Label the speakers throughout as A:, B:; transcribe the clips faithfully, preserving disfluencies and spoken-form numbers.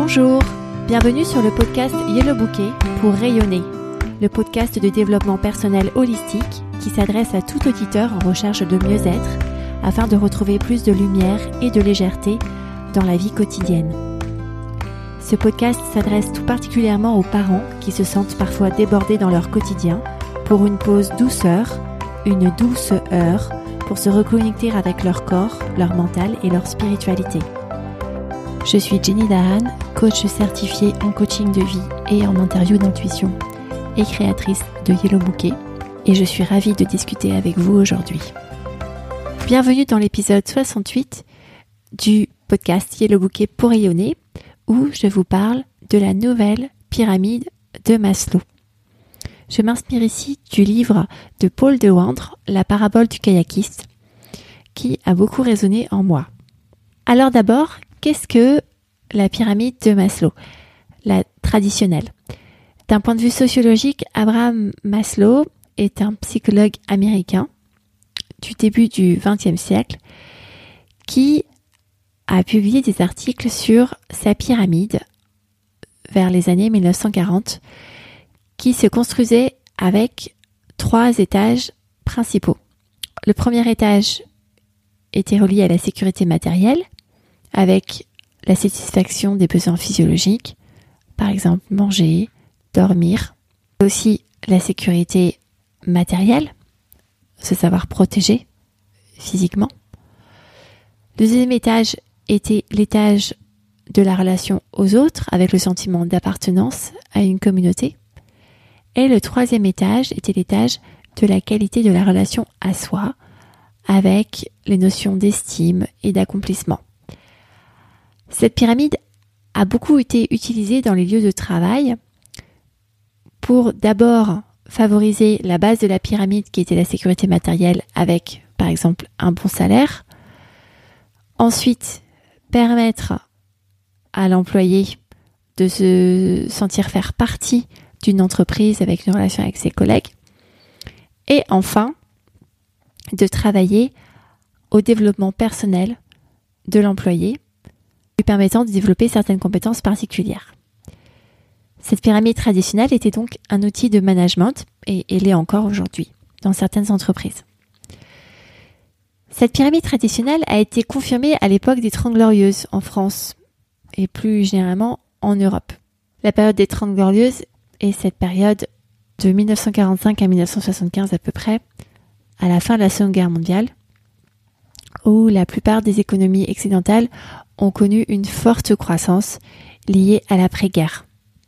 A: Bonjour, bienvenue sur le podcast Yellow Bouquet pour rayonner, le podcast de développement personnel holistique qui s'adresse à tout auditeur en recherche de mieux-être afin de retrouver plus de lumière et de légèreté dans la vie quotidienne. Ce podcast s'adresse tout particulièrement aux parents qui se sentent parfois débordés dans leur quotidien pour une pause douceur, une douce heure pour se reconnecter avec leur corps, leur mental et leur spiritualité. Je suis Jenny Dahan, coach certifiée en coaching de vie et en interview d'intuition et créatrice de Yellow Bouquet, et je suis ravie de discuter avec vous aujourd'hui. Bienvenue dans l'épisode soixante-huit du podcast Yellow Bouquet pour rayonner, où je vous parle de la nouvelle pyramide de Maslow. Je m'inspire ici du livre de Paul de Wandre, La parabole du kayakiste, qui a beaucoup résonné en moi. Alors d'abord, qu'est-ce que la pyramide de Maslow, la traditionnelle? D'un point de vue sociologique, Abraham Maslow est un psychologue américain du début du vingtième siècle qui a publié des articles sur sa pyramide vers les années mille neuf cent quarante qui se construisait avec trois étages principaux. Le premier étage était relié à la sécurité matérielle, avec la satisfaction des besoins physiologiques, par exemple manger, dormir. Aussi la sécurité matérielle, se savoir protéger physiquement. Le deuxième étage était l'étage de la relation aux autres, avec le sentiment d'appartenance à une communauté. Et le troisième étage était l'étage de la qualité de la relation à soi, avec les notions d'estime et d'accomplissement. Cette pyramide a beaucoup été utilisée dans les lieux de travail pour d'abord favoriser la base de la pyramide qui était la sécurité matérielle avec, par exemple, un bon salaire. Ensuite, permettre à l'employé de se sentir faire partie d'une entreprise avec une relation avec ses collègues. Et enfin, de travailler au développement personnel de l'employé, lui permettant de développer certaines compétences particulières. Cette pyramide traditionnelle était donc un outil de management, et elle l'est encore aujourd'hui, dans certaines entreprises. Cette pyramide traditionnelle a été confirmée à l'époque des Trente Glorieuses en France, et plus généralement en Europe. La période des Trente Glorieuses est cette période de mille neuf cent quarante-cinq à mille neuf cent soixante-quinze à peu près, à la fin de la Seconde Guerre mondiale, où la plupart des économies occidentales ont connu une forte croissance liée à l'après-guerre.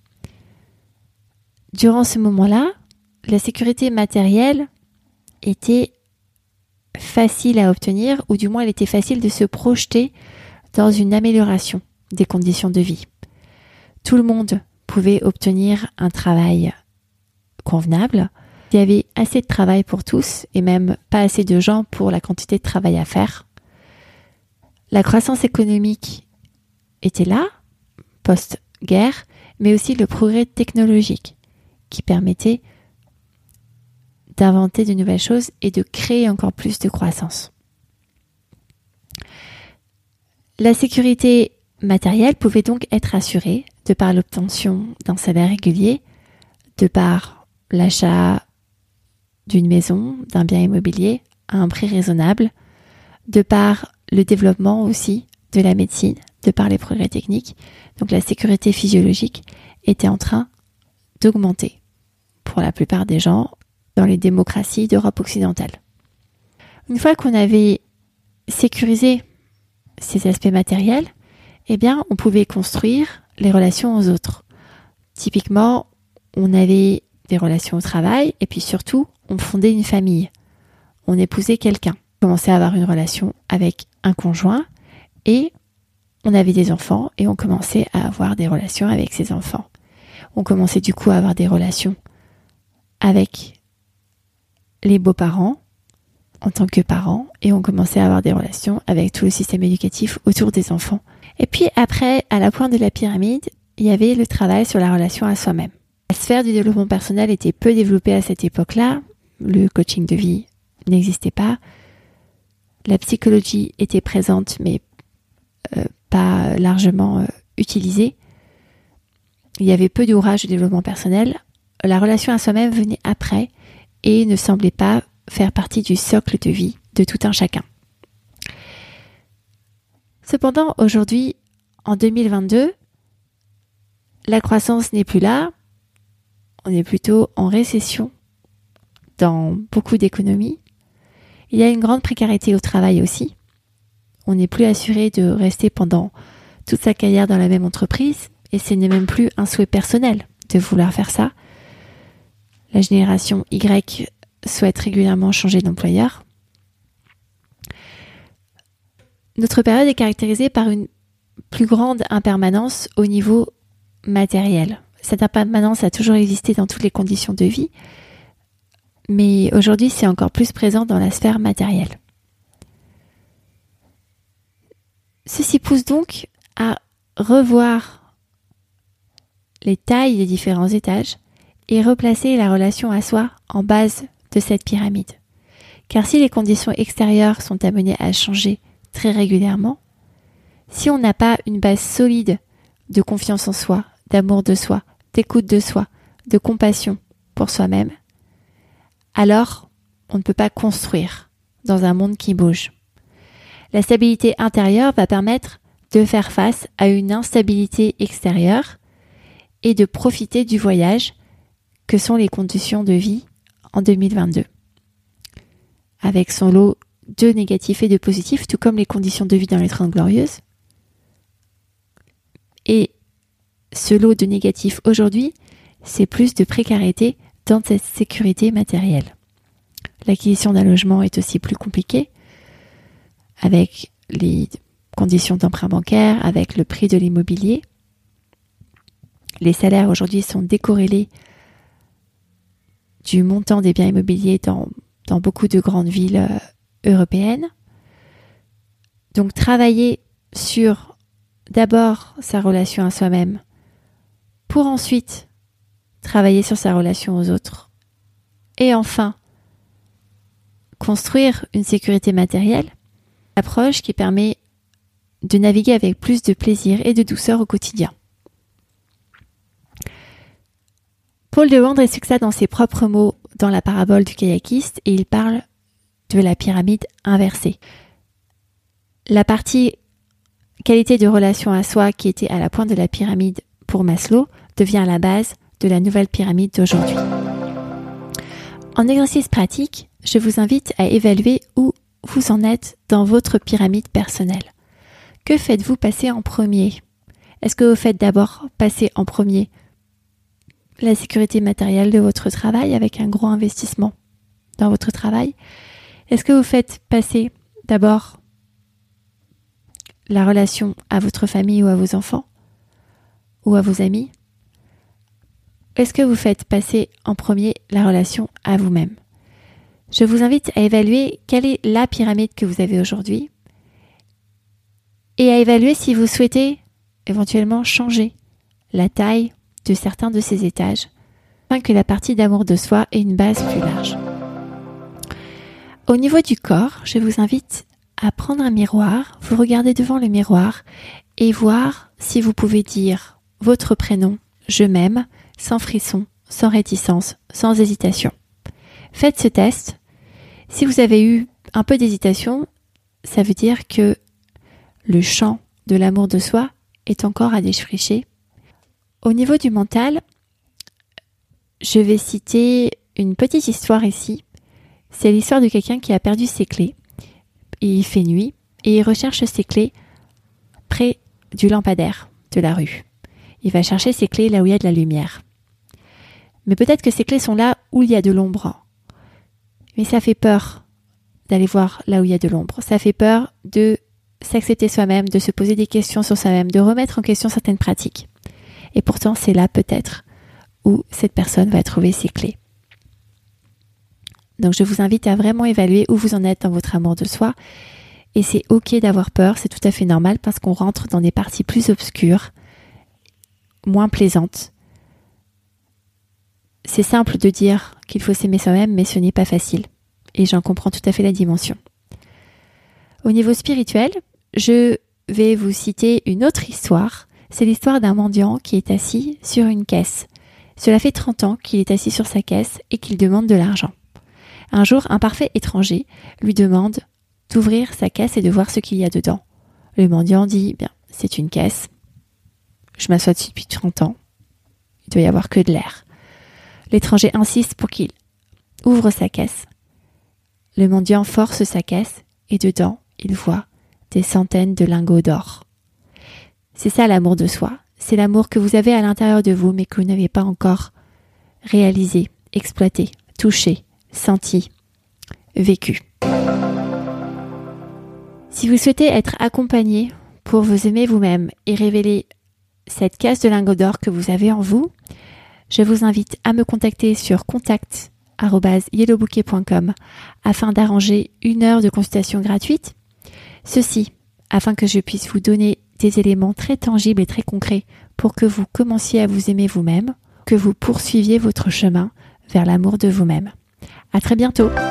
A: Durant ce moment-là, la sécurité matérielle était facile à obtenir, ou du moins elle était facile de se projeter dans une amélioration des conditions de vie. Tout le monde pouvait obtenir un travail convenable. Il y avait assez de travail pour tous et même pas assez de gens pour la quantité de travail à faire. La croissance économique était là, post-guerre, mais aussi le progrès technologique qui permettait d'inventer de nouvelles choses et de créer encore plus de croissance. La sécurité matérielle pouvait donc être assurée de par l'obtention d'un salaire régulier, de par l'achat d'une maison, d'un bien immobilier à un prix raisonnable, de par le développement aussi de la médecine, de par les progrès techniques. Donc la sécurité physiologique était en train d'augmenter pour la plupart des gens dans les démocraties d'Europe occidentale. Une fois qu'on avait sécurisé ces aspects matériels, eh bien, on pouvait construire les relations aux autres. Typiquement, on avait des relations au travail et puis surtout, on fondait une famille. On épousait quelqu'un. On commençait à avoir une relation avec un conjoint et on avait des enfants et on commençait à avoir des relations avec ses enfants. On commençait du coup à avoir des relations avec les beaux-parents en tant que parents et on commençait à avoir des relations avec tout le système éducatif autour des enfants. Et puis après, à la pointe de la pyramide, il y avait le travail sur la relation à soi-même. La sphère du développement personnel était peu développée à cette époque-là. Le coaching de vie n'existait pas. La psychologie était présente, mais euh, pas largement euh, utilisée. il y avait peu d'ouvrages de développement personnel, la relation à soi-même venait après et ne semblait pas faire partie du socle de vie de tout un chacun. Cependant, aujourd'hui, en deux mille vingt-deux, la croissance n'est plus là, on est plutôt en récession dans beaucoup d'économies. Il y a une grande précarité au travail aussi. On n'est plus assuré de rester pendant toute sa carrière dans la même entreprise et ce n'est même plus un souhait personnel de vouloir faire ça. La génération Y souhaite régulièrement changer d'employeur. Notre période est caractérisée par une plus grande impermanence au niveau matériel. Cette impermanence a toujours existé dans toutes les conditions de vie, mais aujourd'hui c'est encore plus présent dans la sphère matérielle. Ceci pousse donc à revoir les tailles des différents étages et replacer la relation à soi en base de cette pyramide. Car si les conditions extérieures sont amenées à changer très régulièrement, si on n'a pas une base solide de confiance en soi, d'amour de soi, d'écoute de soi, de compassion pour soi-même, alors on ne peut pas construire dans un monde qui bouge. La stabilité intérieure va permettre de faire face à une instabilité extérieure et de profiter du voyage que sont les conditions de vie en deux mille vingt-deux. Avec son lot de négatifs et de positifs, tout comme les conditions de vie dans les Trente Glorieuses. Et ce lot de négatifs aujourd'hui, c'est plus de précarité dans cette sécurité matérielle. L'acquisition d'un logement est aussi plus compliquée, avec les conditions d'emprunt bancaire, avec le prix de l'immobilier. Les salaires aujourd'hui sont décorrélés du montant des biens immobiliers dans, dans beaucoup de grandes villes euh, européennes. Donc travailler sur d'abord sa relation à soi-même pour ensuite travailler sur sa relation aux autres et enfin construire une sécurité matérielle, approche qui permet de naviguer avec plus de plaisir et de douceur au quotidien. Paul de Wandre explique ça dans ses propres mots dans la parabole du kayakiste et il parle de la pyramide inversée. La partie qualité de relation à soi qui était à la pointe de la pyramide pour Maslow devient la base de la nouvelle pyramide d'aujourd'hui. En exercice pratique, je vous invite à évaluer où vous en êtes dans votre pyramide personnelle. Que faites-vous passer en premier ? Est-ce que vous faites d'abord passer en premier la sécurité matérielle de votre travail avec un gros investissement dans votre travail ? Est-ce que vous faites passer d'abord la relation à votre famille ou à vos enfants ou à vos amis ? Est-ce que vous faites passer en premier la relation à vous-même ? Je vous invite à évaluer quelle est la pyramide que vous avez aujourd'hui et à évaluer si vous souhaitez éventuellement changer la taille de certains de ces étages afin que la partie d'amour de soi ait une base plus large. Au niveau du corps, je vous invite à prendre un miroir, vous regardez devant le miroir et voir si vous pouvez dire votre prénom « Je m'aime » sans frisson, sans réticence, sans hésitation. Faites ce test. Si vous avez eu un peu d'hésitation, ça veut dire que le champ de l'amour de soi est encore à défricher. Au niveau du mental, je vais citer une petite histoire ici. C'est l'histoire de quelqu'un qui a perdu ses clés. Il fait nuit et il recherche ses clés près du lampadaire de la rue. Il va chercher ses clés là où il y a de la lumière. Mais peut-être que ces clés sont là où il y a de l'ombre. Mais ça fait peur d'aller voir là où il y a de l'ombre. Ça fait peur de s'accepter soi-même, de se poser des questions sur soi-même, de remettre en question certaines pratiques. Et pourtant, c'est là peut-être où cette personne va trouver ses clés. Donc je vous invite à vraiment évaluer où vous en êtes dans votre amour de soi. Et c'est ok d'avoir peur, c'est tout à fait normal parce qu'on rentre dans des parties plus obscures, moins plaisantes. C'est simple de dire qu'il faut s'aimer soi-même, mais ce n'est pas facile. Et j'en comprends tout à fait la dimension. Au niveau spirituel, je vais vous citer une autre histoire C'est l'histoire d'un mendiant qui est assis sur une caisse. Cela fait trente ans qu'il est assis sur sa caisse et qu'il demande de l'argent. Un jour, un parfait étranger lui demande d'ouvrir sa caisse et de voir ce qu'il y a dedans. Le mendiant dit « Bien, c'est une caisse. Je m'assois dessus depuis trente ans. Il doit y avoir que de l'air. » L'étranger insiste pour qu'il ouvre sa caisse. Le mendiant force sa caisse et dedans, il voit des centaines de lingots d'or. C'est ça l'amour de soi. C'est l'amour que vous avez à l'intérieur de vous mais que vous n'avez pas encore réalisé, exploité, touché, senti, vécu. Si vous souhaitez être accompagné pour vous aimer vous-même et révéler cette caisse de lingots d'or que vous avez en vous, je vous invite à me contacter sur contact arobase yellowbouquet point com afin d'arranger une heure de consultation gratuite. Ceci, afin que je puisse vous donner des éléments très tangibles et très concrets pour que vous commenciez à vous aimer vous-même, que vous poursuiviez votre chemin vers l'amour de vous-même. À très bientôt!